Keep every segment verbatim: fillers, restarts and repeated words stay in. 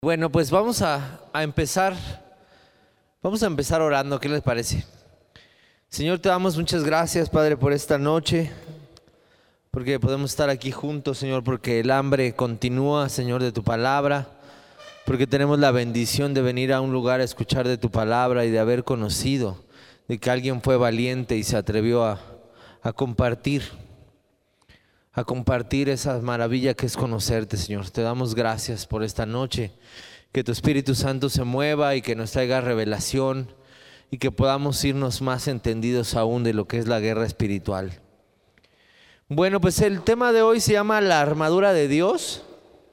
Bueno, pues vamos a, a empezar, vamos a empezar orando, ¿qué les parece? Señor, te damos muchas gracias, Padre, por esta noche, porque podemos estar aquí juntos, Señor, porque el hambre continúa, Señor, de tu palabra, porque tenemos la bendición de venir a un lugar a escuchar de tu palabra y de haber conocido, de que alguien fue valiente y se atrevió a, a compartir, a compartir esa maravilla que es conocerte, Señor. Te damos gracias por esta noche, que tu Espíritu Santo se mueva y que nos traiga revelación y que podamos irnos más entendidos aún de lo que es la guerra espiritual. Bueno, pues el tema de hoy se llama la armadura de Dios,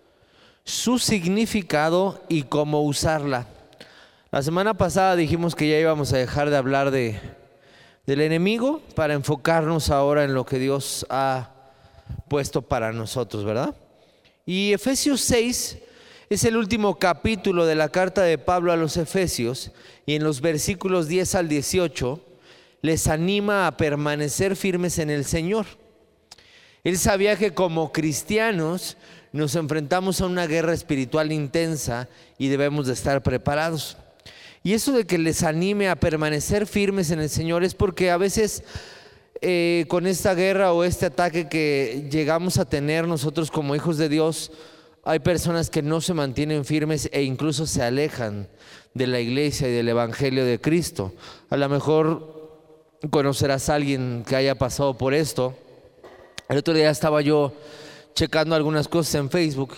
su significado y cómo usarla. La semana pasada dijimos que ya íbamos a dejar de hablar de, del enemigo para enfocarnos ahora en lo que Dios ha puesto para nosotros, ¿verdad? Y Efesios seis es el último capítulo de la carta de Pablo a los Efesios, y en los versículos diez al dieciocho les anima a permanecer firmes en el Señor. Él sabía que como cristianos nos enfrentamos a una guerra espiritual intensa y debemos de estar preparados. Y eso de que les anime a permanecer firmes en el Señor es porque a veces Eh, con esta guerra o este ataque que llegamos a tener nosotros como hijos de Dios, hay personas que no se mantienen firmes e incluso se alejan de la iglesia y del evangelio de Cristo. A lo mejor conocerás a alguien que haya pasado por esto. El otro día estaba yo checando algunas cosas en Facebook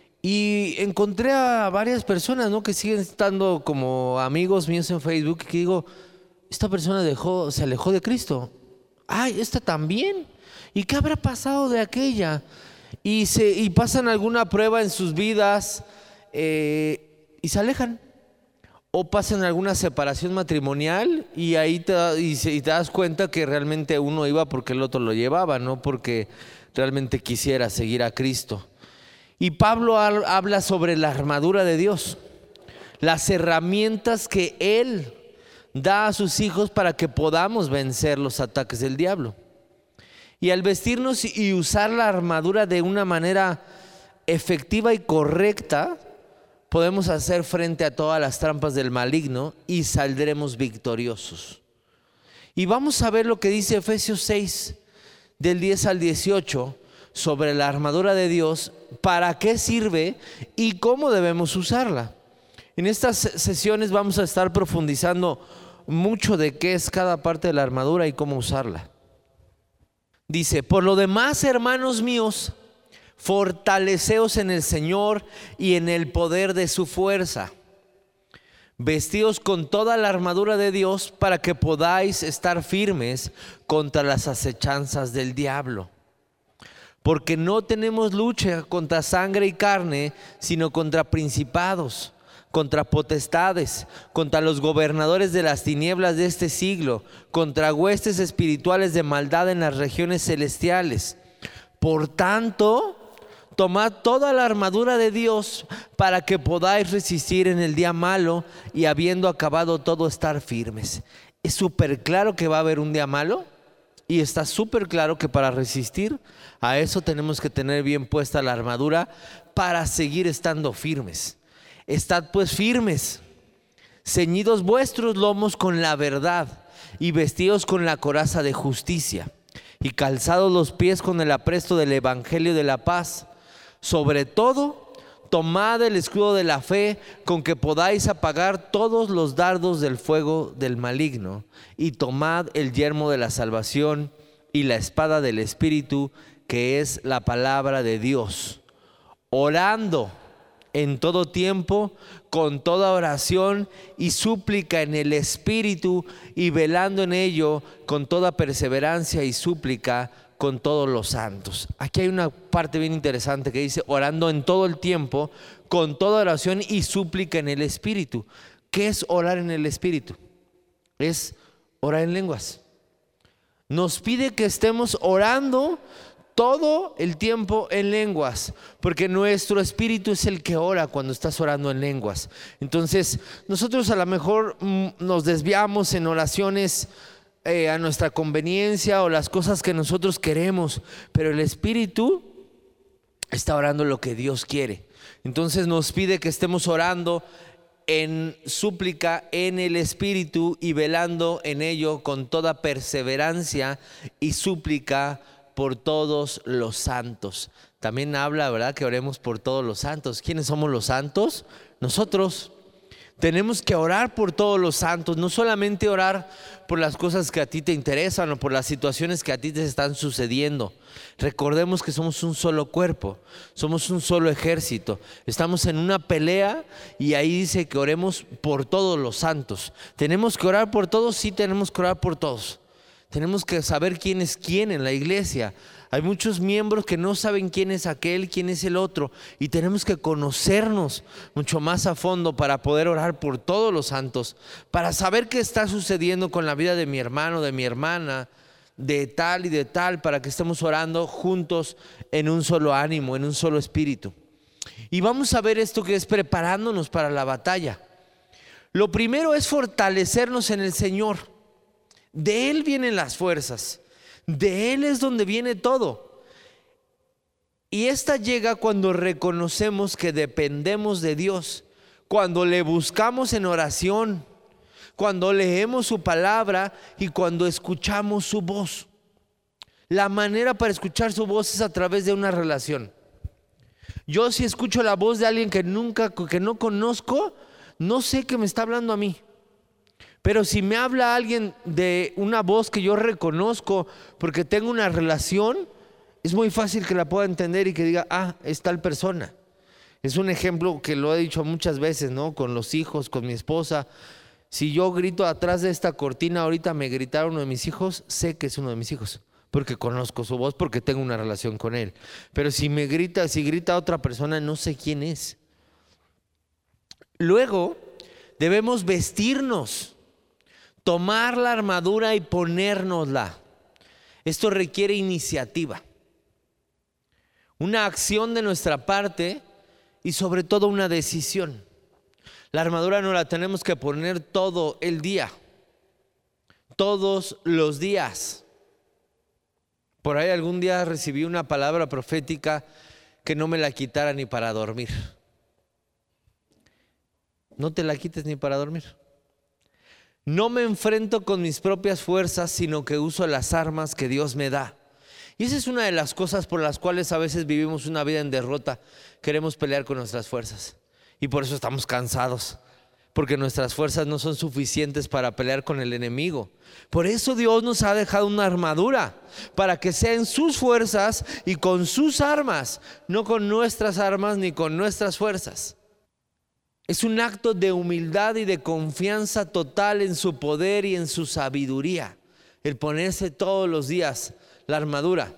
y encontré a varias personas, ¿no?, que siguen estando como amigos míos en Facebook, que digo, esta persona dejó, se alejó de Cristo. Ay, esta también. ¿Y qué habrá pasado de aquella? Y, se, y pasan alguna prueba en sus vidas eh, y se alejan. O pasan alguna separación matrimonial y ahí te, y, se, y te das cuenta que realmente uno iba porque el otro lo llevaba, no porque realmente quisiera seguir a Cristo. Y Pablo habla sobre la armadura de Dios, las herramientas que Él da a sus hijos para que podamos vencer los ataques del diablo. Y al vestirnos y usar la armadura de una manera efectiva y correcta, podemos hacer frente a todas las trampas del maligno y saldremos victoriosos. Y vamos a ver lo que dice Efesios seis, del diez al dieciocho, sobre la armadura de Dios, para qué sirve y cómo debemos usarla. En estas sesiones vamos a estar profundizando mucho de qué es cada parte de la armadura y cómo usarla. Dice: por lo demás, hermanos míos, fortaleceos en el Señor y en el poder de su fuerza. Vestíos con toda la armadura de Dios para que podáis estar firmes contra las acechanzas del diablo. Porque no tenemos lucha contra sangre y carne, sino contra principados, contra potestades, contra los gobernadores de las tinieblas de este siglo, contra huestes espirituales de maldad en las regiones celestiales. Por tanto, tomad toda la armadura de Dios para que podáis resistir en el día malo y habiendo acabado todo estar firmes. Es súper claro que va a haber un día malo y está súper claro que para resistir a eso tenemos que tener bien puesta la armadura para seguir estando firmes. Estad pues firmes, ceñidos vuestros lomos con la verdad y vestidos con la coraza de justicia y calzados los pies con el apresto del evangelio de la paz. Sobre todo, tomad el escudo de la fe con que podáis apagar todos los dardos del fuego del maligno, y tomad el yelmo de la salvación y la espada del Espíritu, que es la palabra de Dios, orando en todo tiempo, con toda oración y súplica en el Espíritu, y velando en ello con toda perseverancia y súplica con todos los santos. Aquí hay una parte bien interesante que dice orando en todo el tiempo, con toda oración y súplica en el Espíritu. ¿Qué es orar en el Espíritu? Es orar en lenguas. Nos pide que estemos orando todo el tiempo en lenguas, porque nuestro espíritu es el que ora cuando estás orando en lenguas. Entonces nosotros a lo mejor mm, nos desviamos en oraciones eh, a nuestra conveniencia o las cosas que nosotros queremos, pero el espíritu está orando lo que Dios quiere. Entonces nos pide que estemos orando en súplica en el Espíritu y velando en ello con toda perseverancia y súplica por todos los santos. También habla, ¿verdad?, que oremos por todos los santos. ¿Quiénes somos los santos? Nosotros. Tenemos que orar por todos los santos, no solamente orar por las cosas que a ti te interesan o por las situaciones que a ti te están sucediendo. Recordemos que somos un solo cuerpo, somos un solo ejército. Estamos en una pelea y ahí dice que oremos por todos los santos. ¿Tenemos que orar por todos? Sí, tenemos que orar por todos. Tenemos que saber quién es quién en la iglesia. Hay muchos miembros que no saben quién es aquel, quién es el otro, y tenemos que conocernos mucho más a fondo para poder orar por todos los santos, para saber qué está sucediendo con la vida de mi hermano, de mi hermana, de tal y de tal, para que estemos orando juntos en un solo ánimo, en un solo espíritu. Y vamos a ver esto que es preparándonos para la batalla. Lo primero es fortalecernos en el Señor. De Él vienen las fuerzas. De Él es donde viene todo. Y esta llega cuando reconocemos que dependemos de Dios, cuando le buscamos en oración, cuando leemos su palabra y cuando escuchamos su voz. La manera para escuchar su voz es a través de una relación. Yo, si escucho la voz de alguien que nunca, que no conozco, no sé que me está hablando a mí. Pero si me habla alguien de una voz que yo reconozco porque tengo una relación, es muy fácil que la pueda entender y que diga, ah, es tal persona. Es un ejemplo que lo he dicho muchas veces, ¿no? Con los hijos, con mi esposa. Si yo grito atrás de esta cortina, ahorita me gritaron uno de mis hijos, sé que es uno de mis hijos, porque conozco su voz, porque tengo una relación con él. Pero si me grita, si grita otra persona, no sé quién es. Luego, debemos vestirnos, tomar la armadura y ponérnosla. Esto requiere iniciativa, una acción de nuestra parte y sobre todo una decisión. La armadura no la tenemos que poner todo el día, todos los días. Por ahí algún día recibí una palabra profética que no me la quitara ni para dormir. No te la quites ni para dormir. No me enfrento con mis propias fuerzas, sino que uso las armas que Dios me da. Y esa es una de las cosas por las cuales a veces vivimos una vida en derrota. Queremos pelear con nuestras fuerzas y por eso estamos cansados, porque nuestras fuerzas no son suficientes para pelear con el enemigo. Por eso Dios nos ha dejado una armadura, para que sean sus fuerzas y con sus armas, no con nuestras armas ni con nuestras fuerzas. Es un acto de humildad y de confianza total en su poder y en su sabiduría, el ponerse todos los días la armadura.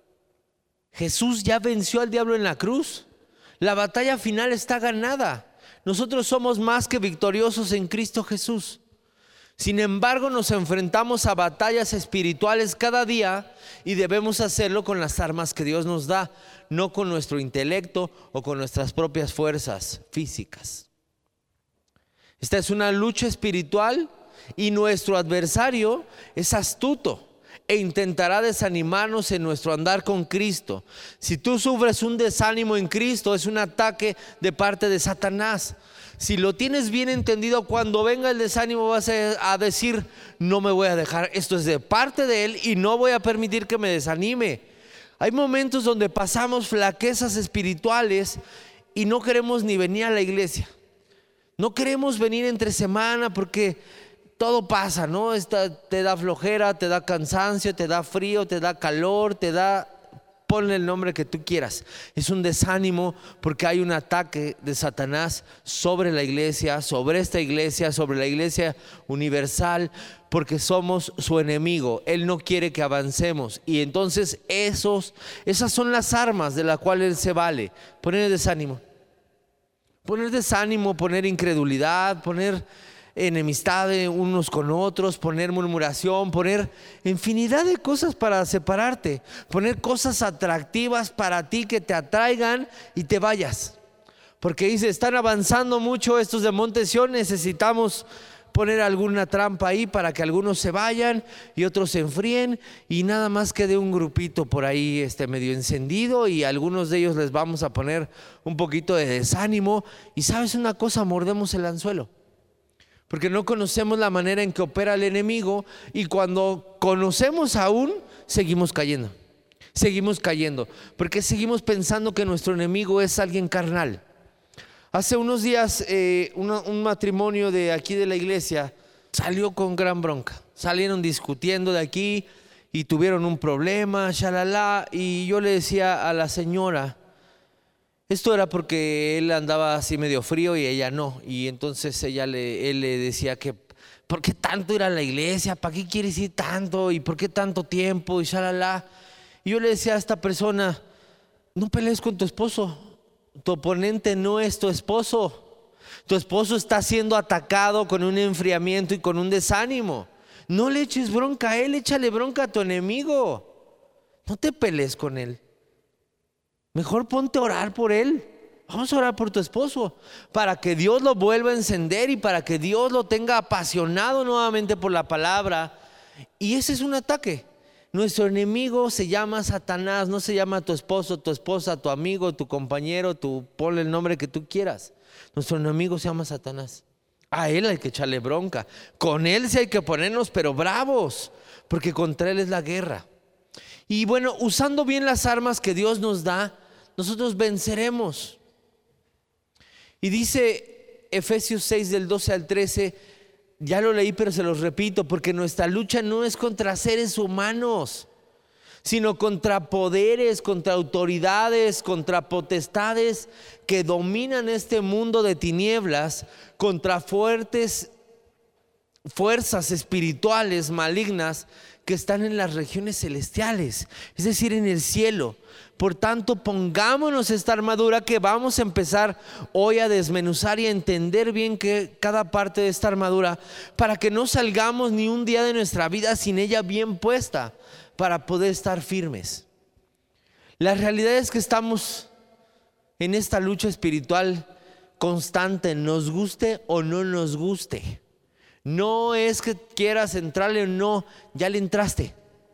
Jesús ya venció al diablo en la cruz. La batalla final está ganada. Nosotros somos más que victoriosos en Cristo Jesús. Sin embargo, nos enfrentamos a batallas espirituales cada día y debemos hacerlo con las armas que Dios nos da, no con nuestro intelecto o con nuestras propias fuerzas físicas. Esta es una lucha espiritual y nuestro adversario es astuto e intentará desanimarnos en nuestro andar con Cristo. Si tú sufres un desánimo en Cristo, es un ataque de parte de Satanás. Si lo tienes bien entendido, cuando venga el desánimo vas a decir, no me voy a dejar, esto es de parte de Él y no voy a permitir que me desanime. Hay momentos donde pasamos flaquezas espirituales y no queremos ni venir a la iglesia. No queremos venir entre semana porque todo pasa, ¿no? Esta, te da flojera, te da cansancio, te da frío, te da calor, te da, ponle el nombre que tú quieras. Es un desánimo porque hay un ataque de Satanás sobre la iglesia, sobre esta iglesia, sobre la iglesia universal, porque somos su enemigo. Él no quiere que avancemos y entonces esos, esas son las armas de las cuales Él se vale. Poner desánimo. Poner desánimo, poner incredulidad, poner enemistad unos con otros, poner murmuración, poner infinidad de cosas para separarte, poner cosas atractivas para ti que te atraigan y te vayas. Porque dice, están avanzando mucho estos de Monte Sión, necesitamos poner alguna trampa ahí para que algunos se vayan y otros se enfríen y nada más quede un grupito por ahí este, medio encendido, y a algunos de ellos les vamos a poner un poquito de desánimo. Y ¿sabes una cosa? Mordemos el anzuelo, porque no conocemos la manera en que opera el enemigo, y cuando conocemos aún, seguimos cayendo. Seguimos cayendo, porque seguimos pensando que nuestro enemigo es alguien carnal. Hace unos días eh, una, un matrimonio de aquí de la iglesia salió con gran bronca. Salieron discutiendo de aquí y tuvieron un problema, shalala, y yo le decía a la señora, esto era porque él andaba así medio frío y ella no, y entonces ella le, él le decía que ¿por qué tanto ir a la iglesia? ¿Para qué quieres ir tanto? ¿Y por qué tanto tiempo? Y shalala. Y yo le decía a esta persona, no pelees con tu esposo. Tu oponente no es tu esposo. Tu esposo está siendo atacado con un enfriamiento y con un desánimo. No le eches bronca a él, échale bronca a tu enemigo. No te pelees con él. Mejor ponte a orar por él. Vamos a orar por tu esposo, para que Dios lo vuelva a encender y para que Dios lo tenga apasionado nuevamente por la palabra. Y ese es un ataque. Nuestro enemigo se llama Satanás, no se llama tu esposo, tu esposa, tu amigo, tu compañero, tu, ponle el nombre que tú quieras. Nuestro enemigo se llama Satanás. A él hay que echarle bronca. Con él sí hay que ponernos pero bravos, porque contra él es la guerra. Y bueno, usando bien las armas que Dios nos da, nosotros venceremos. Y dice Efesios seis del doce al trece, ya lo leí pero se los repito, porque nuestra lucha no es contra seres humanos, sino contra poderes, contra autoridades, contra potestades que dominan este mundo de tinieblas, contra fuertes fuerzas espirituales malignas que están en las regiones celestiales, es decir, en el cielo. Por tanto, pongámonos esta armadura que vamos a empezar hoy a desmenuzar y a entender bien que cada parte de esta armadura, para que no salgamos ni un día de nuestra vida sin ella bien puesta, para poder estar firmes. La realidad es que estamos en esta lucha espiritual constante, nos guste o no nos guste. No es que quieras entrarle o no, ya le entraste.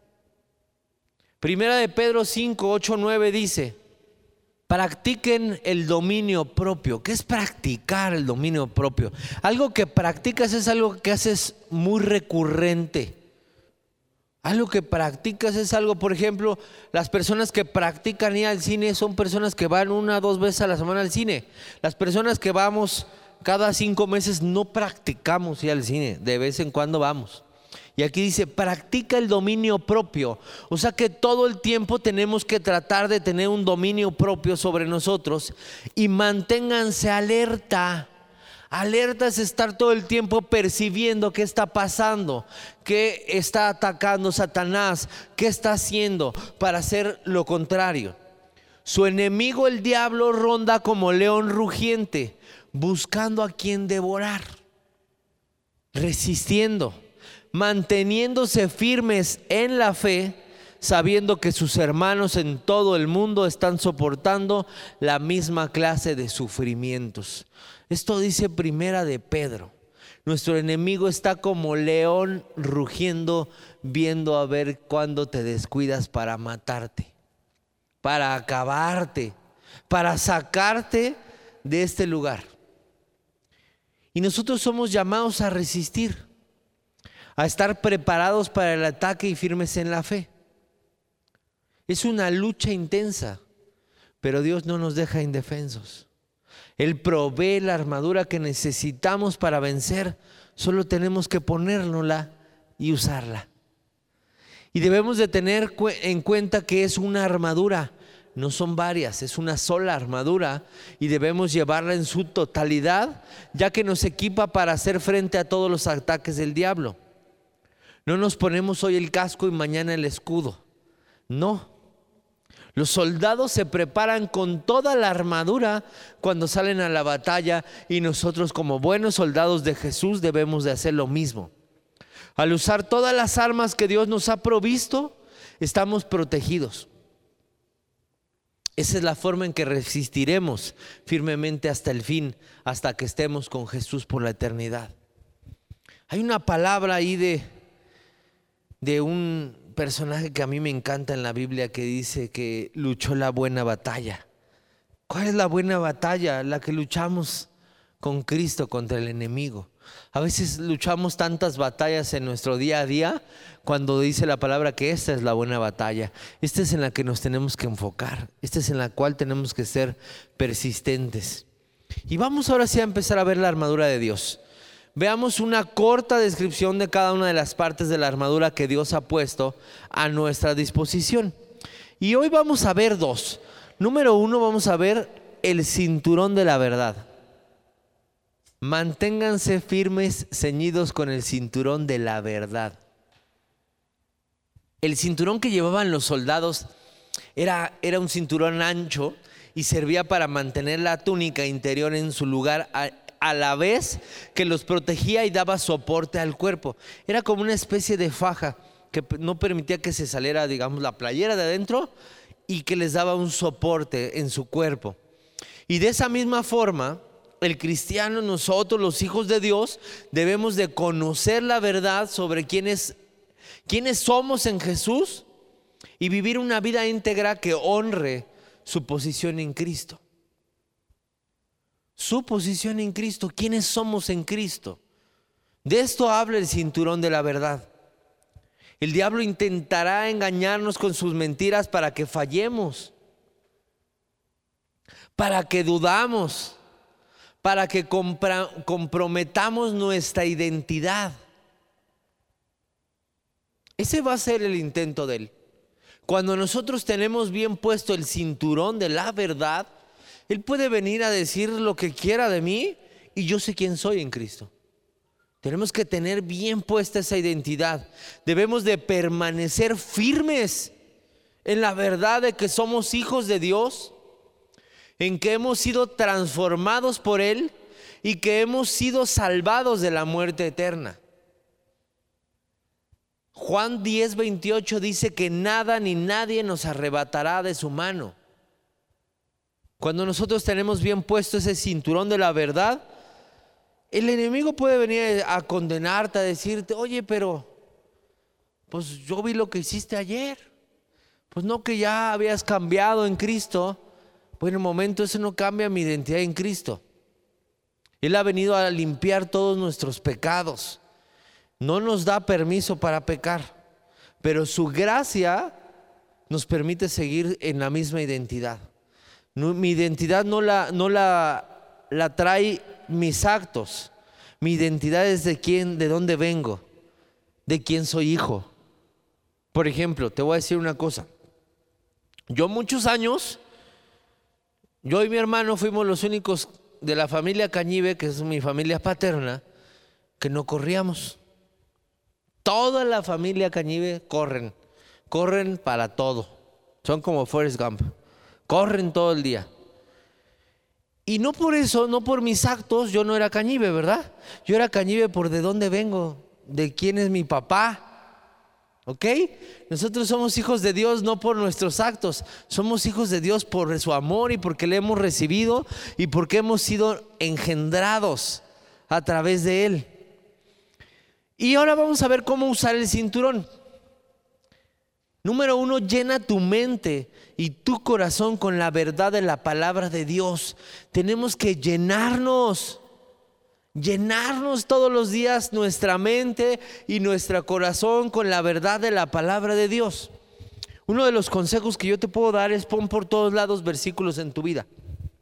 Primera de Pedro cinco, ocho, nueve dice, practiquen el dominio propio. ¿Qué es practicar el dominio propio? Algo que practicas es algo que haces muy recurrente. Algo que practicas es algo, por ejemplo, las personas que practican ir al cine son personas que van una o dos veces a la semana al cine. Las personas que vamos cada cinco meses no practicamos ir al cine, de vez en cuando vamos. Y aquí dice, practica el dominio propio. O sea que todo el tiempo tenemos que tratar de tener un dominio propio sobre nosotros. Y manténganse alerta. Alerta es estar todo el tiempo percibiendo qué está pasando, qué está atacando Satanás, qué está haciendo para hacer lo contrario. Su enemigo el diablo ronda como león rugiente, buscando a quien devorar, resistiendo, manteniéndose firmes en la fe, sabiendo que sus hermanos en todo el mundo están soportando la misma clase de sufrimientos. Esto dice Primera de Pedro. Nuestro enemigo está como león rugiendo, viendo a ver cuándo te descuidas para matarte, para acabarte, para sacarte de este lugar. Y nosotros somos llamados a resistir, a estar preparados para el ataque y firmes en la fe. Es una lucha intensa, pero Dios no nos deja indefensos. Él provee la armadura que necesitamos para vencer, solo tenemos que ponérnosla y usarla. Y debemos de tener en cuenta que es una armadura, no son varias, es una sola armadura y debemos llevarla en su totalidad, ya que nos equipa para hacer frente a todos los ataques del diablo. No nos ponemos hoy el casco y mañana el escudo, no. Los soldados se preparan con toda la armadura cuando salen a la batalla y nosotros como buenos soldados de Jesús debemos de hacer lo mismo. Al usar todas las armas que Dios nos ha provisto, estamos protegidos. Esa es la forma en que resistiremos firmemente hasta el fin, hasta que estemos con Jesús por la eternidad. Hay una palabra ahí de, de un personaje que a mí me encanta en la Biblia que dice que luchó la buena batalla. ¿Cuál es la buena batalla? La que luchamos con Cristo contra el enemigo. A veces luchamos tantas batallas en nuestro día a día cuando dice la palabra que esta es la buena batalla. Esta es en la que nos tenemos que enfocar. Esta es en la cual tenemos que ser persistentes. Y vamos ahora sí a empezar a ver la armadura de Dios. Veamos una corta descripción de cada una de las partes de la armadura que Dios ha puesto a nuestra disposición. Y hoy vamos a ver dos. Número uno, vamos a ver el cinturón de la verdad. Manténganse firmes, ceñidos con el cinturón de la verdad. El cinturón que llevaban los soldados era, era un cinturón ancho y servía para mantener la túnica interior en su lugar a, a la vez que los protegía y daba soporte al cuerpo. Era como una especie de faja que no permitía que se saliera, digamos, la playera de adentro y que les daba un soporte en su cuerpo. Y de esa misma forma, el cristiano, nosotros los hijos de Dios, debemos de conocer la verdad sobre quiénes, quiénes somos en Jesús y vivir una vida íntegra que honre su posición en Cristo. Su posición en Cristo, quiénes somos en Cristo. De esto habla el cinturón de la verdad. El diablo intentará engañarnos con sus mentiras para que fallemos, para que dudamos, para que compra- comprometamos nuestra identidad. Ese va a ser el intento de él. Cuando nosotros tenemos bien puesto el cinturón de la verdad, él puede venir a decir lo que quiera de mí y yo sé quién soy en Cristo. Tenemos que tener bien puesta esa identidad. Debemos de permanecer firmes en la verdad de que somos hijos de Dios, en que hemos sido transformados por Él y que hemos sido salvados de la muerte eterna. Juan diez veintiocho dice que nada ni nadie nos arrebatará de su mano. Cuando nosotros tenemos bien puesto ese cinturón de la verdad, el enemigo puede venir a condenarte, a decirte, oye, pero pues yo vi lo que hiciste ayer. Pues no, que ya habías cambiado en Cristo. Bueno, en un momento eso no cambia mi identidad en Cristo. Él ha venido a limpiar todos nuestros pecados. No nos da permiso para pecar, pero su gracia nos permite seguir en la misma identidad. No, mi identidad no la, no la, la trae mis actos. Mi identidad es de quién, de dónde vengo, de quién soy hijo. Por ejemplo, te voy a decir una cosa. Yo muchos años, yo y mi hermano fuimos los únicos de la familia Cañive, que es mi familia paterna, que no corríamos. Toda la familia Cañive corren, corren para todo. Son como Forrest Gump, corren todo el día. Y no por eso, no por mis actos, yo no era Cañive, ¿verdad? Yo era Cañive por de dónde vengo, de quién es mi papá. ¿Ok? Nosotros somos hijos de Dios no por nuestros actos, somos hijos de Dios por su amor y porque le hemos recibido y porque hemos sido engendrados a través de Él. Y ahora vamos a ver cómo usar el cinturón. Número uno, llena tu mente y tu corazón con la verdad de la palabra de Dios. Tenemos que llenarnos, llenarnos todos los días nuestra mente y nuestro corazón con la verdad de la palabra de Dios. Uno de los consejos que yo te puedo dar es pon por todos lados versículos en tu vida.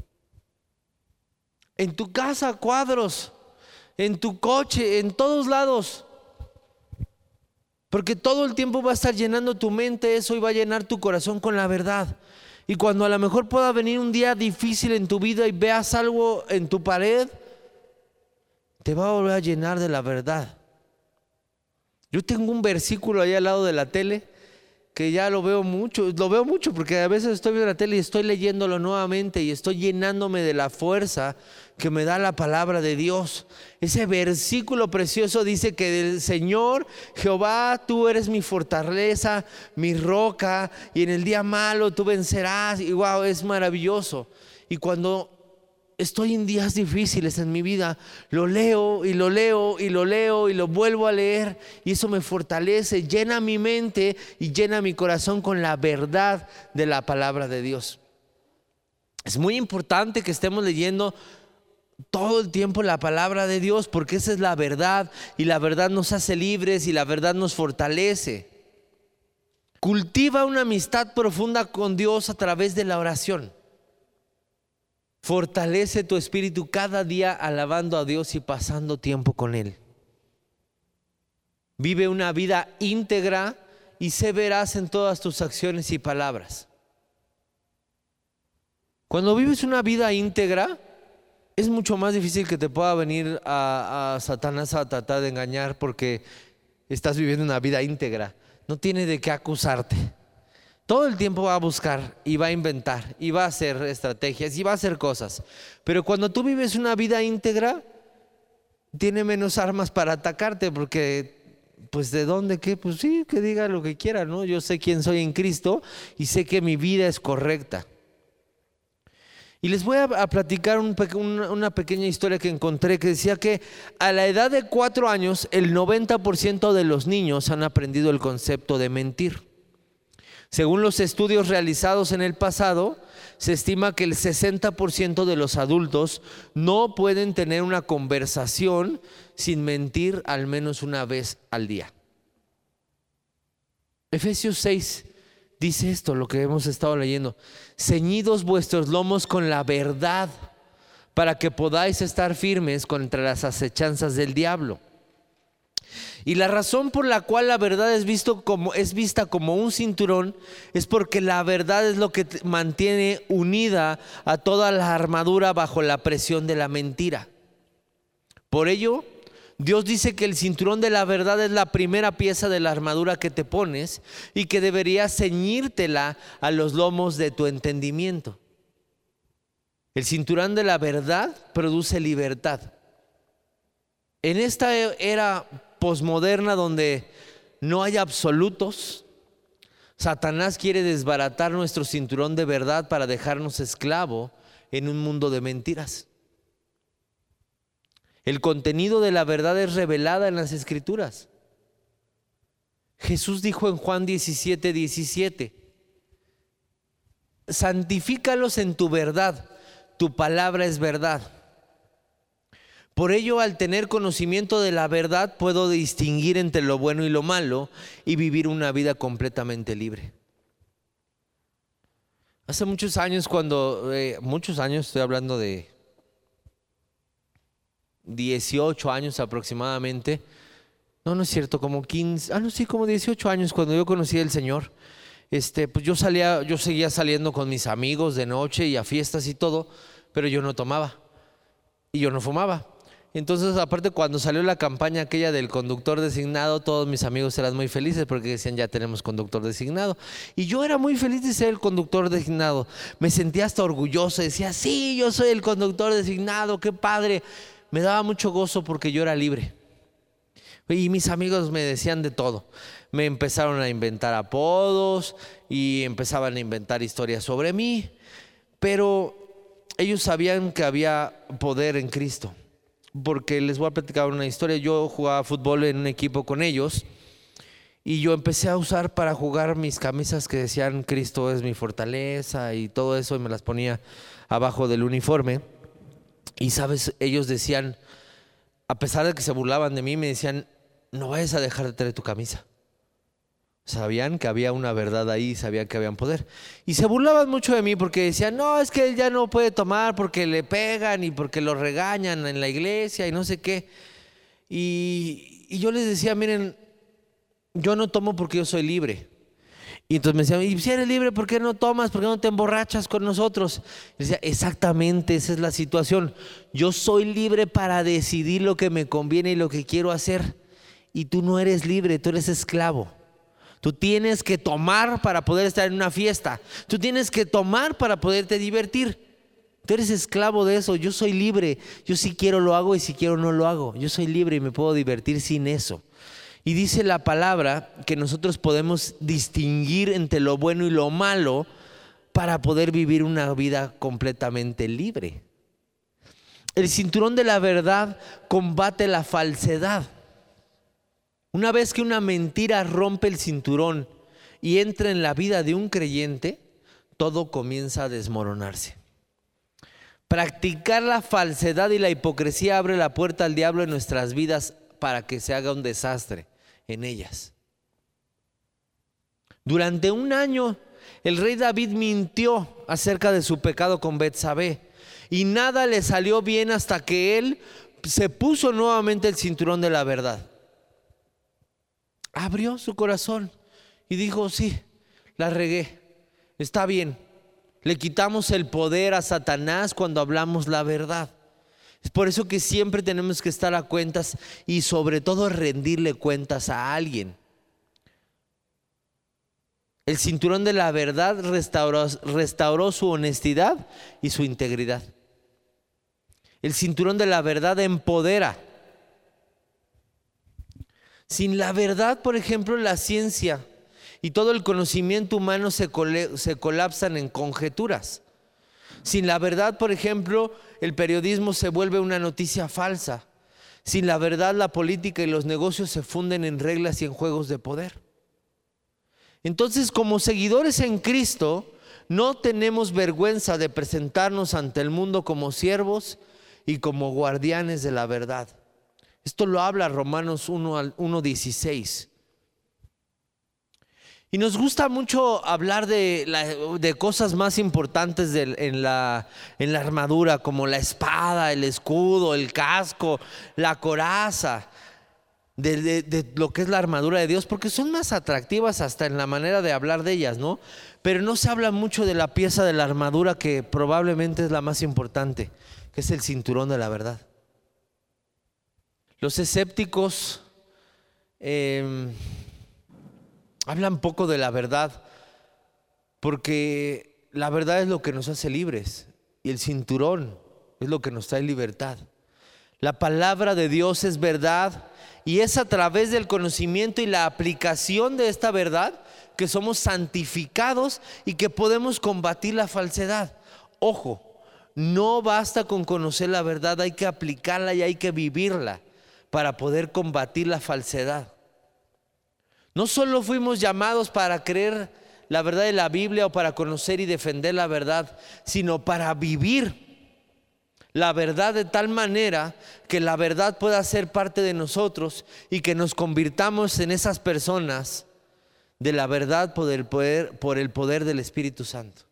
En tu casa, cuadros, en tu coche, en todos lados. Porque todo el tiempo va a estar llenando tu mente eso y va a llenar tu corazón con la verdad. Y cuando a lo mejor pueda venir un día difícil en tu vida y veas algo en tu pared, te va a volver a llenar de la verdad. Yo tengo un versículo ahí al lado de la tele que ya lo veo mucho, lo veo mucho porque a veces estoy viendo la tele y estoy leyéndolo nuevamente y estoy llenándome de la fuerza que me da la palabra de Dios. Ese versículo precioso dice que del Señor Jehová tú eres mi fortaleza, mi roca, y en el día malo tú vencerás. Y wow, es maravilloso. Y cuando estoy en días difíciles en mi vida, lo leo y lo leo y lo leo y lo vuelvo a leer, y eso me fortalece, llena mi mente y llena mi corazón con la verdad de la palabra de Dios. Es muy importante que estemos leyendo todo el tiempo la palabra de Dios, porque esa es la verdad, y la verdad nos hace libres y la verdad nos fortalece. Cultiva una amistad profunda con Dios a través de la oración. Fortalece tu espíritu cada día alabando a Dios y pasando tiempo con Él. Vive una vida íntegra y sé veraz en todas tus acciones y palabras. Cuando vives una vida íntegra, es mucho más difícil que te pueda venir a, a Satanás a tratar de engañar, porque estás viviendo una vida íntegra. No tiene de qué acusarte. Todo el tiempo va a buscar y va a inventar y va a hacer estrategias y va a hacer cosas. Pero cuando tú vives una vida íntegra, tiene menos armas para atacarte, porque pues ¿de dónde qué? Pues sí, que diga lo que quiera, ¿no? Yo sé quién soy en Cristo y sé que mi vida es correcta. Y les voy a, a platicar un, una, una pequeña historia que encontré, que decía que a la edad de cuatro años el noventa por ciento de los niños han aprendido el concepto de mentir. Según los estudios realizados en el pasado, se estima que el sesenta por ciento de los adultos no pueden tener una conversación sin mentir al menos una vez al día. Efesios seis dice esto, lo que hemos estado leyendo: ceñidos vuestros lomos con la verdad, para que podáis estar firmes contra las acechanzas del diablo. Y la razón por la cual la verdad es, visto como, es vista como un cinturón es porque la verdad es lo que mantiene unida a toda la armadura bajo la presión de la mentira. Por ello, Dios dice que el cinturón de la verdad es la primera pieza de la armadura que te pones y que deberías ceñírtela a los lomos de tu entendimiento. El cinturón de la verdad produce libertad. En esta era posmoderna donde no hay absolutos, Satanás quiere desbaratar nuestro cinturón de verdad para dejarnos esclavo en un mundo de mentiras. El contenido de la verdad es revelada en las Escrituras. Jesús dijo en Juan diecisiete, diecisiete: santifícalos en tu verdad, tu palabra es verdad. Por ello, al tener conocimiento de la verdad, puedo distinguir entre lo bueno y lo malo y vivir una vida completamente libre. Hace muchos años, cuando, eh, muchos años, estoy hablando de dieciocho años aproximadamente, no, no es cierto, como quince, ah, no, sí, como dieciocho años, cuando yo conocí al Señor, este, pues yo salía, yo seguía saliendo con mis amigos de noche y a fiestas y todo, pero yo no tomaba y yo no fumaba. Entonces, aparte, cuando salió la campaña aquella del conductor designado, todos mis amigos eran muy felices porque decían: ya tenemos conductor designado. Y yo era muy feliz de ser el conductor designado. Me sentía hasta orgulloso, decía: sí, yo soy el conductor designado, qué padre. Me daba mucho gozo porque yo era libre. Y mis amigos me decían de todo. Me empezaron a inventar apodos y empezaban a inventar historias sobre mí. Pero ellos sabían que había poder en Cristo. Porque les voy a platicar una historia. Yo jugaba fútbol en un equipo con ellos y yo empecé a usar para jugar mis camisas que decían Cristo es mi fortaleza y todo eso, y me las ponía abajo del uniforme. Y sabes, ellos decían, a pesar de que se burlaban de mí, me decían: no vayas a dejar de traer tu camisa. Sabían que había una verdad ahí, sabían que había un poder. Y se burlaban mucho de mí porque decían: no, es que él ya no puede tomar porque le pegan y porque lo regañan en la iglesia y no sé qué. Y, y yo les decía: miren, yo no tomo porque yo soy libre. Y entonces me decían: y si eres libre, ¿por qué no tomas? ¿Por qué no te emborrachas con nosotros? Y decía: exactamente, esa es la situación. Yo soy libre para decidir lo que me conviene y lo que quiero hacer. Y tú no eres libre, tú eres esclavo. Tú tienes que tomar para poder estar en una fiesta. Tú tienes que tomar para poderte divertir. Tú eres esclavo de eso. Yo soy libre. Yo si quiero lo hago y si quiero no lo hago. Yo soy libre y me puedo divertir sin eso. Y dice la palabra que nosotros podemos distinguir entre lo bueno y lo malo para poder vivir una vida completamente libre. El cinturón de la verdad combate la falsedad. Una vez que una mentira rompe el cinturón y entra en la vida de un creyente, todo comienza a desmoronarse. Practicar la falsedad y la hipocresía abre la puerta al diablo en nuestras vidas para que se haga un desastre en ellas. Durante un año, el rey David mintió acerca de su pecado con Betsabé y nada le salió bien hasta que él se puso nuevamente el cinturón de la verdad. Abrió su corazón y dijo: sí, la regué, está bien. Le quitamos el poder a Satanás cuando hablamos la verdad. Es por eso que siempre tenemos que estar a cuentas y sobre todo rendirle cuentas a alguien. El cinturón de la verdad restauró, restauró su honestidad y su integridad. El cinturón de la verdad empodera. Sin la verdad, por ejemplo, la ciencia y todo el conocimiento humano se, cole, se colapsan en conjeturas. Sin la verdad, por ejemplo, el periodismo se vuelve una noticia falsa. Sin la verdad, la política y los negocios se funden en reglas y en juegos de poder. Entonces, como seguidores en Cristo, no tenemos vergüenza de presentarnos ante el mundo como siervos y como guardianes de la verdad. Esto lo habla Romanos uno dieciséis. Y nos gusta mucho hablar de, la, de cosas más importantes de, en, la, en la armadura, como la espada, el escudo, el casco, la coraza, de, de, de lo que es la armadura de Dios, porque son más atractivas hasta en la manera de hablar de ellas, ¿no? Pero no se habla mucho de la pieza de la armadura que probablemente es la más importante, que es el cinturón de la verdad. Los escépticos eh, hablan poco de la verdad, porque la verdad es lo que nos hace libres y el cinturón es lo que nos trae libertad. La palabra de Dios es verdad y es a través del conocimiento y la aplicación de esta verdad que somos santificados y que podemos combatir la falsedad. Ojo, no basta con conocer la verdad, hay que aplicarla y hay que vivirla para poder combatir la falsedad. No solo fuimos llamados para creer la verdad de la Biblia o para conocer y defender la verdad, sino para vivir la verdad de tal manera que la verdad pueda ser parte de nosotros y que nos convirtamos en esas personas de la verdad por el poder, por el poder del Espíritu Santo.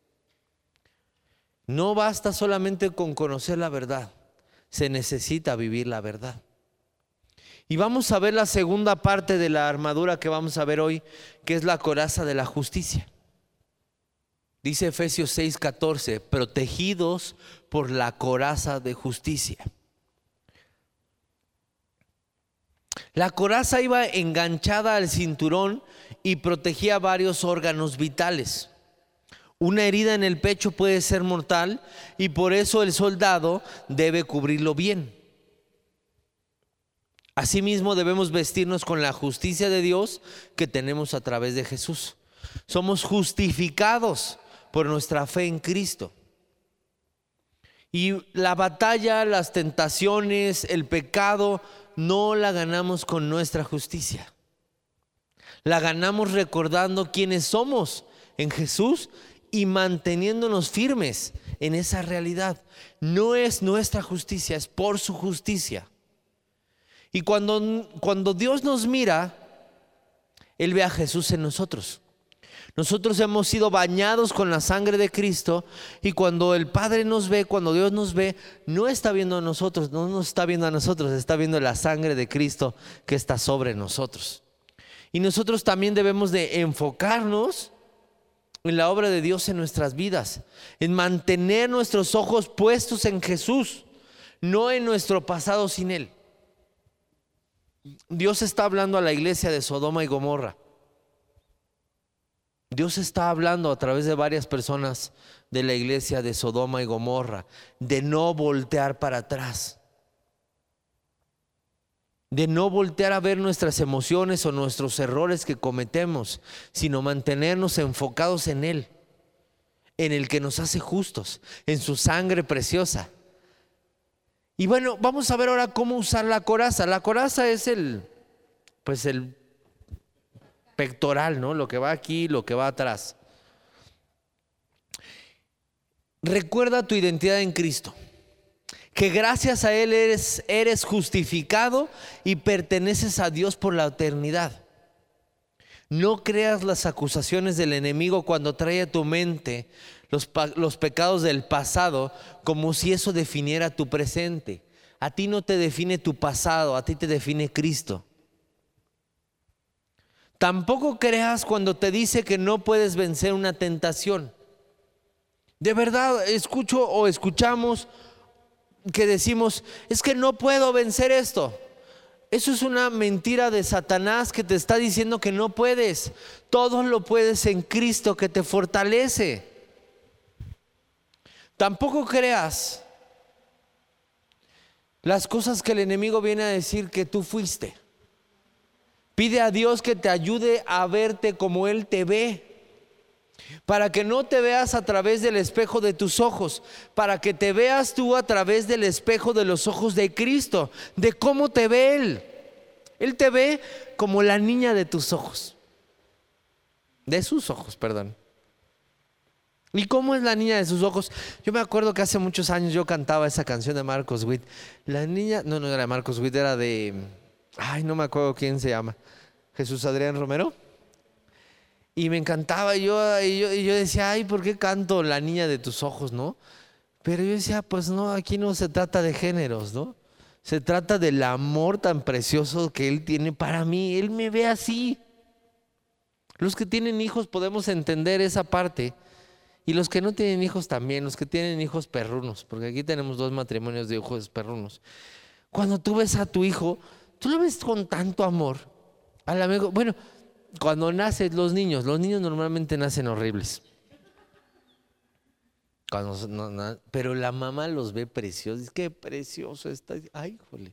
No basta solamente con conocer la verdad, se necesita vivir la verdad. Y vamos a ver la segunda parte de la armadura que vamos a ver hoy, que es la coraza de la justicia. Dice Efesios seis catorce, protegidos por la coraza de justicia. La coraza iba enganchada al cinturón y protegía varios órganos vitales. Una herida en el pecho puede ser mortal y por eso el soldado debe cubrirlo bien. Asimismo debemos vestirnos con la justicia de Dios que tenemos a través de Jesús. Somos justificados por nuestra fe en Cristo. Y la batalla, las tentaciones, el pecado, no la ganamos con nuestra justicia. La ganamos recordando quiénes somos en Jesús y manteniéndonos firmes en esa realidad. No es nuestra justicia, es por su justicia. Y cuando, cuando Dios nos mira, Él ve a Jesús en nosotros. Nosotros hemos sido bañados con la sangre de Cristo y cuando el Padre nos ve, cuando Dios nos ve, no está viendo a nosotros, no nos está viendo a nosotros, está viendo la sangre de Cristo que está sobre nosotros. Y nosotros también debemos de enfocarnos en la obra de Dios en nuestras vidas, en mantener nuestros ojos puestos en Jesús, no en nuestro pasado sin Él. Dios está hablando a la iglesia de Sodoma y Gomorra. Dios está hablando a través de varias personas de la iglesia de Sodoma y Gomorra de no voltear para atrás, de no voltear a ver nuestras emociones o nuestros errores que cometemos, sino mantenernos enfocados en Él, en el que nos hace justos, en su sangre preciosa. Y bueno, vamos a ver ahora cómo usar la coraza. La coraza es el, pues el pectoral, ¿no? Lo que va aquí, lo que va atrás. Recuerda tu identidad en Cristo, que gracias a Él eres, eres justificado y perteneces a Dios por la eternidad. No creas las acusaciones del enemigo cuando trae a tu mente los, los pecados del pasado como si eso definiera tu presente. A ti no te define tu pasado, a ti te define Cristo. Tampoco creas cuando te dice que no puedes vencer una tentación. De verdad, escucho o escuchamos que decimos, es que no puedo vencer esto. Eso es una mentira de Satanás que te está diciendo que no puedes. Todo lo puedes en Cristo que te fortalece. Tampoco creas las cosas que el enemigo viene a decir que tú fuiste. Pide a Dios que te ayude a verte como Él te ve, para que no te veas a través del espejo de tus ojos, para que te veas tú a través del espejo de los ojos de Cristo, de cómo te ve Él. Él te ve como la niña de tus ojos, de sus ojos, perdón. ¿Y cómo es la niña de sus ojos? Yo me acuerdo que hace muchos años yo cantaba esa canción de Marcos Witt. La niña, no, no era de Marcos Witt, era de, ay, no me acuerdo quién se llama, Jesús Adrián Romero. Y me encantaba, y yo, y yo, y yo decía, ay, ¿por qué canto la niña de tus ojos, no? Pero yo decía, pues no, aquí no se trata de géneros, ¿no? Se trata del amor tan precioso que Él tiene para mí. Él me ve así. Los que tienen hijos podemos entender esa parte. Y los que no tienen hijos también, los que tienen hijos perrunos, porque aquí tenemos dos matrimonios de hijos perrunos. Cuando tú ves a tu hijo, tú lo ves con tanto amor. Al amigo, bueno, cuando nacen los niños, los niños normalmente nacen horribles. Cuando, no, no, pero la mamá los ve preciosos. Dice, qué precioso está. Ay, jole.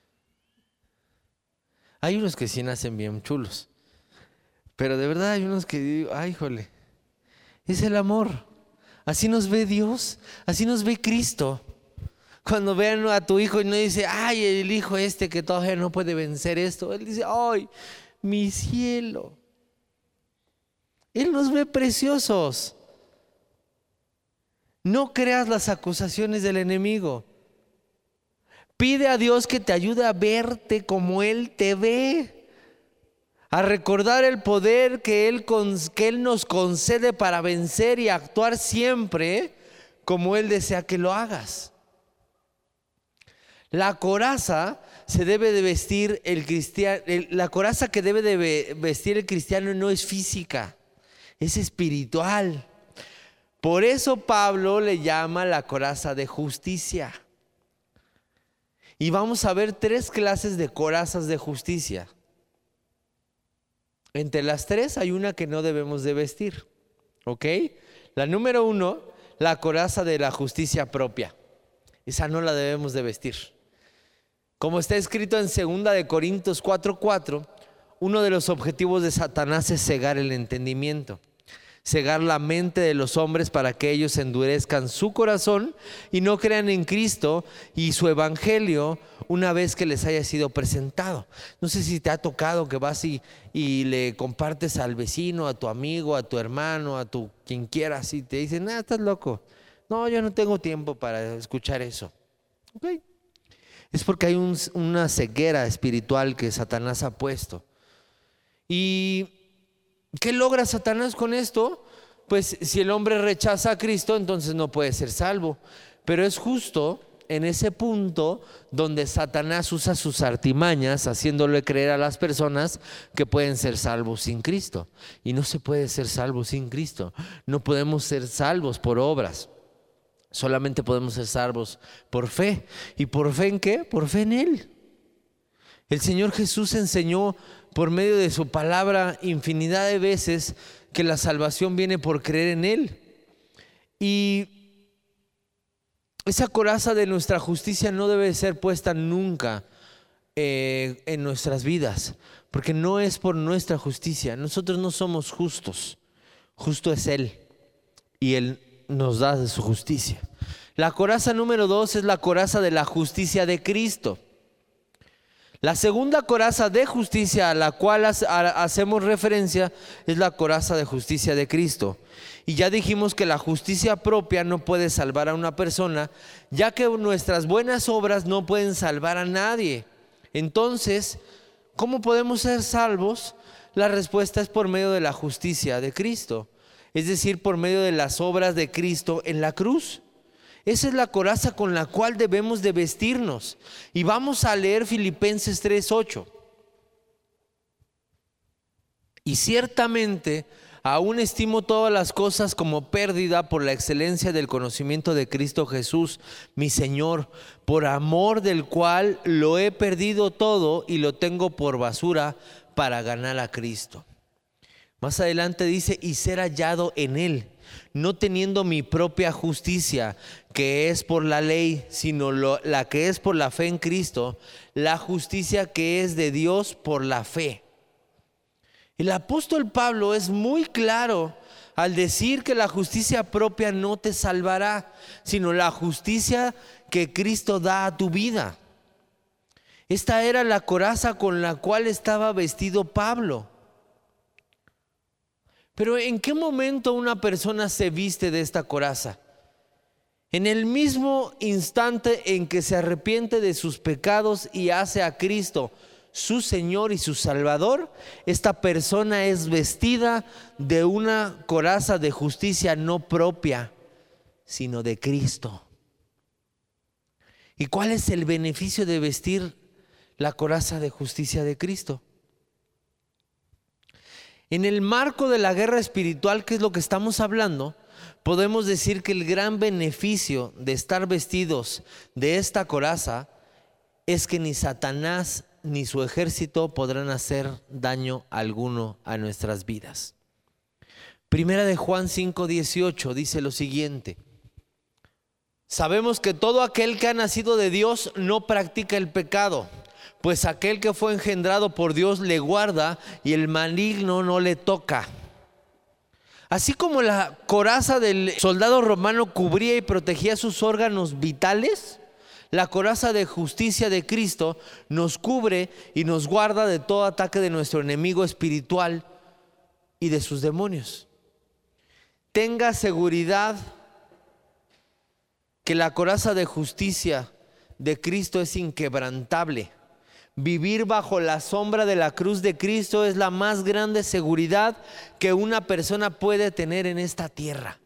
Hay unos que sí nacen bien chulos, pero de verdad hay unos que digo, ay, jole. Es el amor. Así nos ve Dios, así nos ve Cristo. Cuando vean a tu hijo y no dice, ay, el hijo este que todavía no puede vencer esto. Él dice, ay, mi cielo. Él nos ve preciosos. No creas las acusaciones del enemigo. Pide a Dios que te ayude a verte como Él te ve. A recordar el poder que Él, que Él nos concede para vencer y actuar siempre como Él desea que lo hagas. La coraza se debe de vestir el cristiano, la coraza que debe de vestir el cristiano no es física, es espiritual. Por eso Pablo le llama la coraza de justicia. Y vamos a ver tres clases de corazas de justicia. Entre las tres hay una que no debemos de vestir, ¿ok? La número uno, la coraza de la justicia propia. Esa no la debemos de vestir. Como está escrito en segunda de Corintios cuatro cuatro, uno de los objetivos de Satanás es cegar el entendimiento, cegar la mente de los hombres para que ellos endurezcan su corazón y no crean en Cristo y su evangelio una vez que les haya sido presentado. No sé si te ha tocado que vas y, y le compartes al vecino, a tu amigo, a tu hermano, a tu quien quieras y te dicen, ah, estás loco. No, yo no tengo tiempo para escuchar eso. Ok. Es porque hay un, una ceguera espiritual que Satanás ha puesto. ¿Y qué logra Satanás con esto? Pues si el hombre rechaza a Cristo, entonces no puede ser salvo. Pero es justo en ese punto donde Satanás usa sus artimañas, haciéndole creer a las personas que pueden ser salvos sin Cristo. Y no se puede ser salvo sin Cristo. No podemos ser salvos por obras. Solamente podemos ser salvos por fe. ¿Y por fe en qué? Por fe en Él. El Señor Jesús enseñó por medio de su palabra infinidad de veces que la salvación viene por creer en Él. Y esa coraza de nuestra justicia no debe ser puesta nunca eh, en nuestras vidas, porque no es por nuestra justicia. Nosotros no somos justos. Justo es Él y Él nos da de su justicia. La coraza número dos es la coraza de la justicia de Cristo. La segunda coraza de justicia a la cual hacemos referencia es la coraza de justicia de Cristo. Y ya dijimos que la justicia propia no puede salvar a una persona, ya que nuestras buenas obras no pueden salvar a nadie. Entonces, ¿cómo podemos ser salvos? La respuesta es por medio de la justicia de Cristo, es decir, por medio de las obras de Cristo en la cruz. Esa es la coraza con la cual debemos de vestirnos. Y vamos a leer Filipenses tres ocho. Y ciertamente aún estimo todas las cosas como pérdida por la excelencia del conocimiento de Cristo Jesús, mi Señor, por amor del cual lo he perdido todo y lo tengo por basura para ganar a Cristo. Más adelante dice, y ser hallado en Él, no teniendo mi propia justicia, que es por la ley, sino lo, la que es por la fe en Cristo, la justicia que es de Dios por la fe. El apóstol Pablo es muy claro al decir que la justicia propia no te salvará, sino la justicia que Cristo da a tu vida. Esta era la coraza con la cual estaba vestido Pablo. Pero ¿en qué momento una persona se viste de esta coraza? En el mismo instante en que se arrepiente de sus pecados y hace a Cristo su Señor y su Salvador, esta persona es vestida de una coraza de justicia no propia, sino de Cristo. ¿Y cuál es el beneficio de vestir la coraza de justicia de Cristo? En el marco de la guerra espiritual, que es lo que estamos hablando, podemos decir que el gran beneficio de estar vestidos de esta coraza es que ni Satanás ni su ejército podrán hacer daño alguno a nuestras vidas. Primera de Juan cinco dieciocho dice lo siguiente: sabemos que todo aquel que ha nacido de Dios no practica el pecado, pues aquel que fue engendrado por Dios le guarda y el maligno no le toca. Así como la coraza del soldado romano cubría y protegía sus órganos vitales, la coraza de justicia de Cristo nos cubre y nos guarda de todo ataque de nuestro enemigo espiritual y de sus demonios. Tenga seguridad que la coraza de justicia de Cristo es inquebrantable. Vivir bajo la sombra de la cruz de Cristo es la más grande seguridad que una persona puede tener en esta tierra.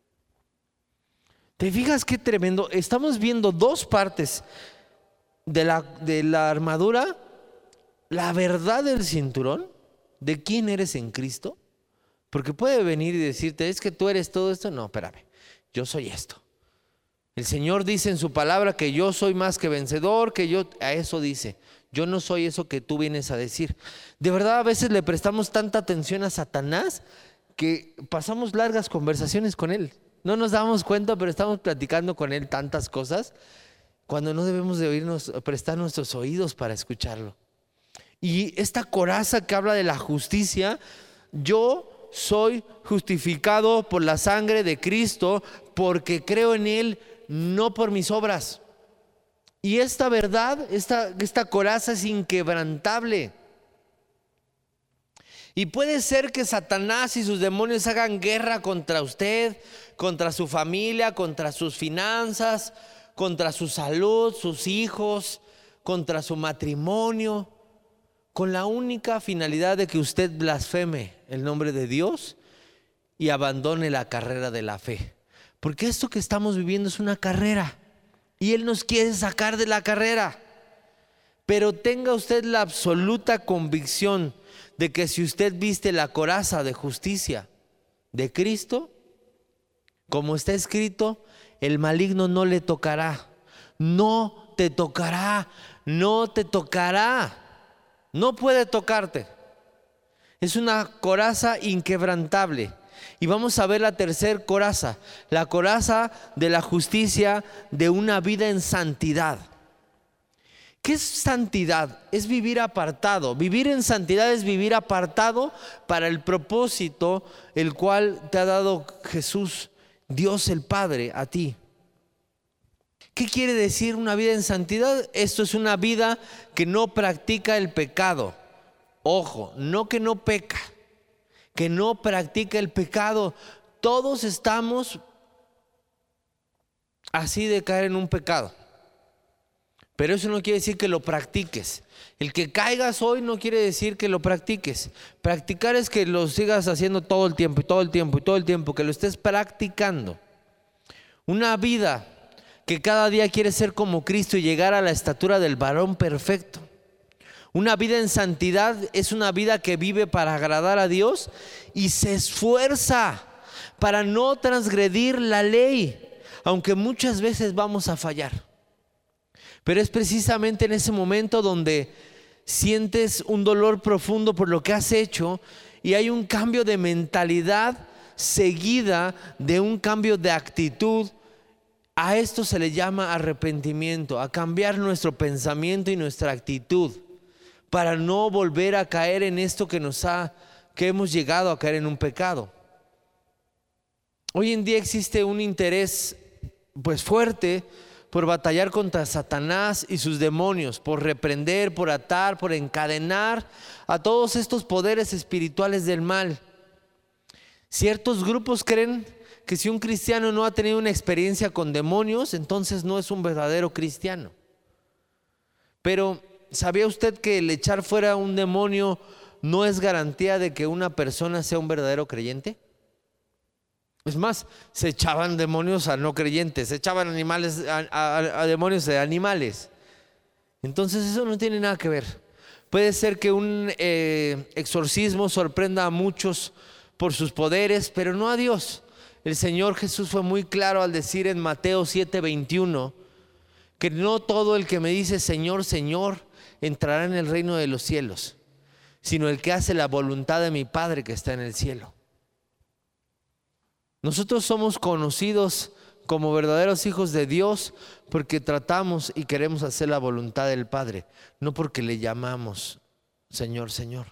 ¿Te fijas qué tremendo? Estamos viendo dos partes de la, de la armadura: la verdad del cinturón, de quién eres en Cristo. Porque puede venir y decirte, es que tú eres todo esto. No, espérame, yo soy esto. El Señor dice en su palabra que yo soy más que vencedor, que yo, a eso dice. Yo no soy eso que tú vienes a decir. De verdad, a veces le prestamos tanta atención a Satanás que pasamos largas conversaciones con él. No nos damos cuenta, pero estamos platicando con él tantas cosas cuando no debemos de oírnos, prestar nuestros oídos para escucharlo. Y esta coraza que habla de la justicia, yo soy justificado por la sangre de Cristo porque creo en Él, no por mis obras. Y esta verdad, esta, esta coraza es inquebrantable. Y puede ser que Satanás y sus demonios hagan guerra contra usted, contra su familia, contra sus finanzas, contra su salud, sus hijos, contra su matrimonio, con la única finalidad de que usted blasfeme el nombre de Dios y abandone la carrera de la fe. Porque esto que estamos viviendo es una carrera y Él nos quiere sacar de la carrera. Pero tenga usted la absoluta convicción de que si usted viste la coraza de justicia de Cristo, como está escrito, el maligno no le tocará. No te tocará, no te tocará. No puede tocarte. Es una coraza inquebrantable. Y vamos a ver la tercer coraza, la coraza de la justicia de una vida en santidad. ¿Qué es santidad? Es vivir apartado. Vivir en santidad es vivir apartado para el propósito el cual te ha dado Jesús, Dios el Padre, a ti. ¿Qué quiere decir una vida en santidad? Esto es una vida que no practica el pecado. Ojo, no que no peca, que no practica el pecado. Todos estamos así de caer en un pecado, pero eso no quiere decir que lo practiques. El que caigas hoy no quiere decir que lo practiques. Practicar es que lo sigas haciendo todo el tiempo y todo el tiempo y todo el tiempo, que lo estés practicando. Una vida que cada día quiere ser como Cristo y llegar a la estatura del varón perfecto. Una vida en santidad es una vida que vive para agradar a Dios y se esfuerza para no transgredir la ley, aunque muchas veces vamos a fallar. Pero es precisamente en ese momento donde sientes un dolor profundo por lo que has hecho y hay un cambio de mentalidad seguida de un cambio de actitud. A esto se le llama arrepentimiento, a cambiar nuestro pensamiento y nuestra actitud para no volver a caer en esto que nos ha, que hemos llegado a caer en un pecado. Hoy en día existe un interés pues fuerte por batallar contra Satanás y sus demonios, por reprender, por atar, por encadenar a todos estos poderes espirituales del mal. Ciertos grupos creen que si un cristiano no ha tenido una experiencia con demonios, entonces no es un verdadero cristiano. Pero ¿sabía usted que el echar fuera un demonio no es garantía de que una persona sea un verdadero creyente? Es más, se echaban demonios a no creyentes, se echaban animales a, a, a demonios de animales. Entonces eso no tiene nada que ver. Puede ser que un eh, exorcismo sorprenda a muchos por sus poderes, pero no a Dios. El Señor Jesús fue muy claro al decir en Mateo siete veintiuno que no todo el que me dice Señor, Señor entrará en el reino de los cielos, sino el que hace la voluntad de mi Padre que está en el cielo. Nosotros somos conocidos como verdaderos hijos de Dios porque tratamos y queremos hacer la voluntad del Padre, no porque le llamamos Señor, Señor.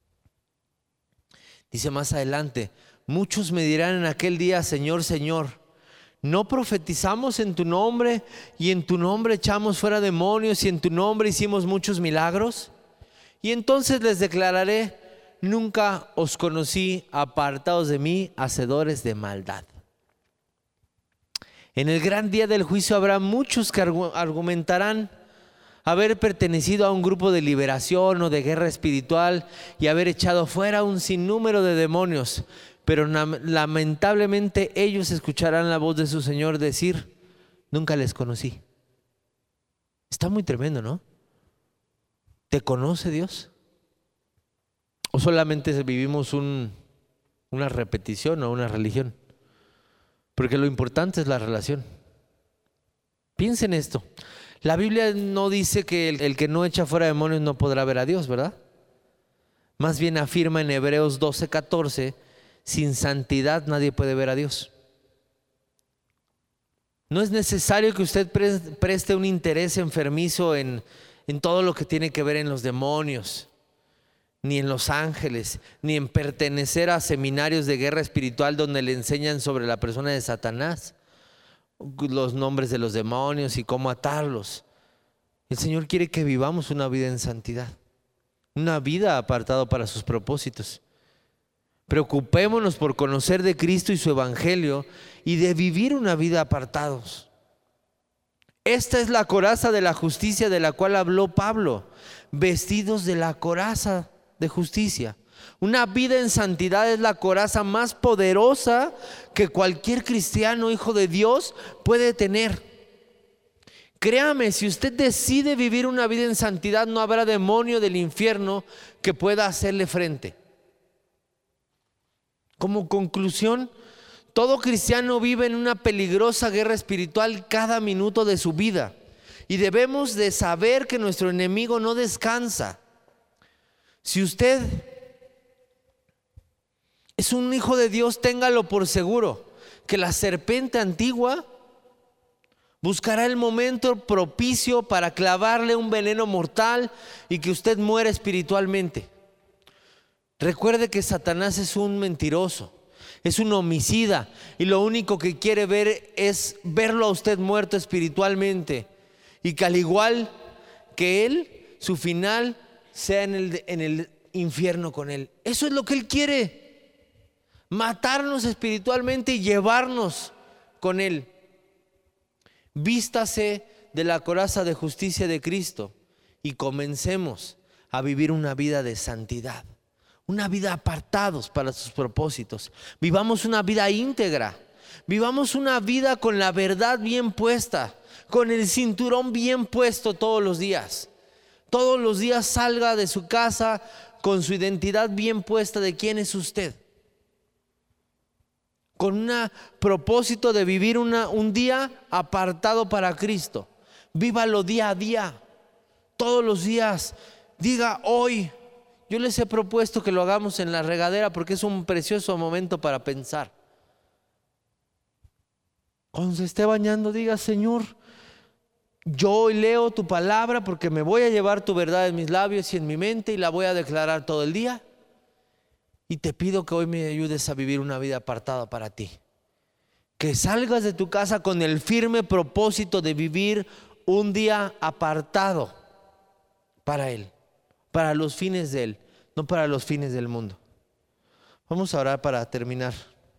Dice más adelante: muchos me dirán en aquel día, Señor, Señor, ¿no profetizamos en tu nombre y en tu nombre echamos fuera demonios y en tu nombre hicimos muchos milagros? Y entonces les declararé: nunca os conocí, apartados de mí, hacedores de maldad. En el gran día del juicio habrá muchos que argumentarán haber pertenecido a un grupo de liberación o de guerra espiritual y haber echado fuera un sinnúmero de demonios, pero lamentablemente ellos escucharán la voz de su Señor decir: nunca les conocí. Está muy tremendo, ¿no? ¿Te conoce Dios? ¿O solamente vivimos un, una repetición o una religión? Porque lo importante es la relación. Piensen esto. La Biblia no dice que el, el que no echa fuera demonios no podrá ver a Dios, ¿verdad? Más bien afirma en Hebreos doce catorce: sin santidad nadie puede ver a Dios. No es necesario que usted preste un interés enfermizo en, en todo lo que tiene que ver en los demonios, ni en los ángeles, ni en pertenecer a seminarios de guerra espiritual donde le enseñan sobre la persona de Satanás, los nombres de los demonios y cómo atarlos. El Señor quiere que vivamos una vida en santidad, una vida apartada para sus propósitos. Preocupémonos por conocer de Cristo y su evangelio y de vivir una vida apartados. Esta es la coraza de la justicia de la cual habló Pablo, vestidos de la coraza de justicia. Una vida en santidad es la coraza más poderosa que cualquier cristiano, hijo de Dios, puede tener. Créame, si usted decide vivir una vida en santidad, no habrá demonio del infierno que pueda hacerle frente. Como conclusión, todo cristiano vive en una peligrosa guerra espiritual cada minuto de su vida y debemos de saber que nuestro enemigo no descansa. Si usted es un hijo de Dios, téngalo por seguro que la serpiente antigua buscará el momento propicio para clavarle un veneno mortal y que usted muera espiritualmente. Recuerde que Satanás es un mentiroso. Es un homicida y lo único que quiere ver es verlo a usted muerto espiritualmente, y que al igual que él, su final sea en el, en el infierno con él. Eso es lo que él quiere, matarnos espiritualmente y llevarnos con él. Vístase de la coraza de justicia de Cristo y comencemos a vivir una vida de santidad, una vida apartados para sus propósitos. Vivamos una vida íntegra, vivamos una vida con la verdad bien puesta, con el cinturón bien puesto todos los días. Todos los días salga de su casa con su identidad bien puesta de quién es usted, con un propósito de vivir una, un día apartado para Cristo. Vívalo día a día, todos los días. Diga hoy. Yo les he propuesto que lo hagamos en la regadera porque es un precioso momento para pensar. Cuando se esté bañando, diga: Señor, yo hoy leo tu palabra porque me voy a llevar tu verdad en mis labios y en mi mente y la voy a declarar todo el día. Y te pido que hoy me ayudes a vivir una vida apartada para ti. Que salgas de tu casa con el firme propósito de vivir un día apartado para Él, para los fines de Él, no para los fines del mundo. Vamos a orar para terminar.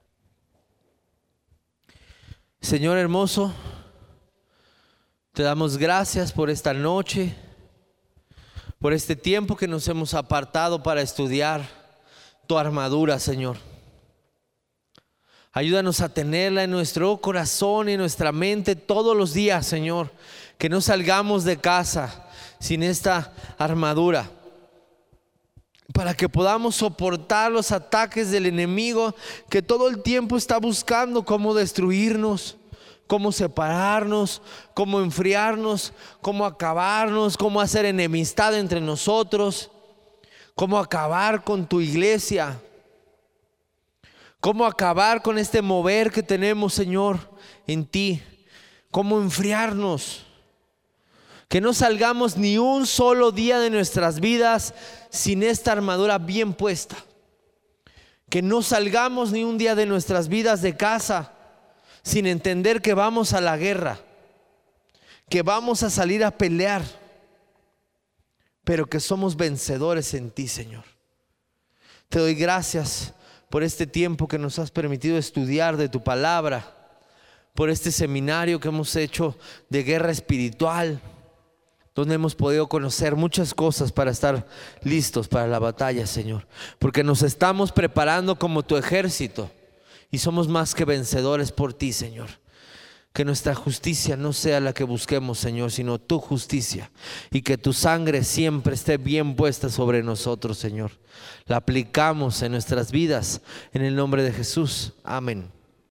Señor hermoso, te damos gracias por esta noche, por este tiempo que nos hemos apartado para estudiar tu armadura, Señor. Ayúdanos a tenerla en nuestro corazón y en nuestra mente todos los días, Señor. Que no salgamos de casa sin esta armadura, para que podamos soportar los ataques del enemigo, que todo el tiempo está buscando cómo destruirnos, cómo separarnos, cómo enfriarnos, cómo acabarnos, cómo hacer enemistad entre nosotros, cómo acabar con tu iglesia, cómo acabar con este mover que tenemos, Señor, en ti, cómo enfriarnos. Que no salgamos ni un solo día de nuestras vidas sin esta armadura bien puesta. Que no salgamos ni un día de nuestras vidas de casa sin entender que vamos a la guerra, que vamos a salir a pelear, pero que somos vencedores en ti, Señor. Te doy gracias por este tiempo que nos has permitido estudiar de tu palabra, por este seminario que hemos hecho de guerra espiritual, donde hemos podido conocer muchas cosas para estar listos para la batalla, Señor, porque nos estamos preparando como tu ejército y somos más que vencedores por ti, Señor. Que nuestra justicia no sea la que busquemos, Señor, sino tu justicia, y que tu sangre siempre esté bien puesta sobre nosotros, Señor. La aplicamos en nuestras vidas en el nombre de Jesús. Amén.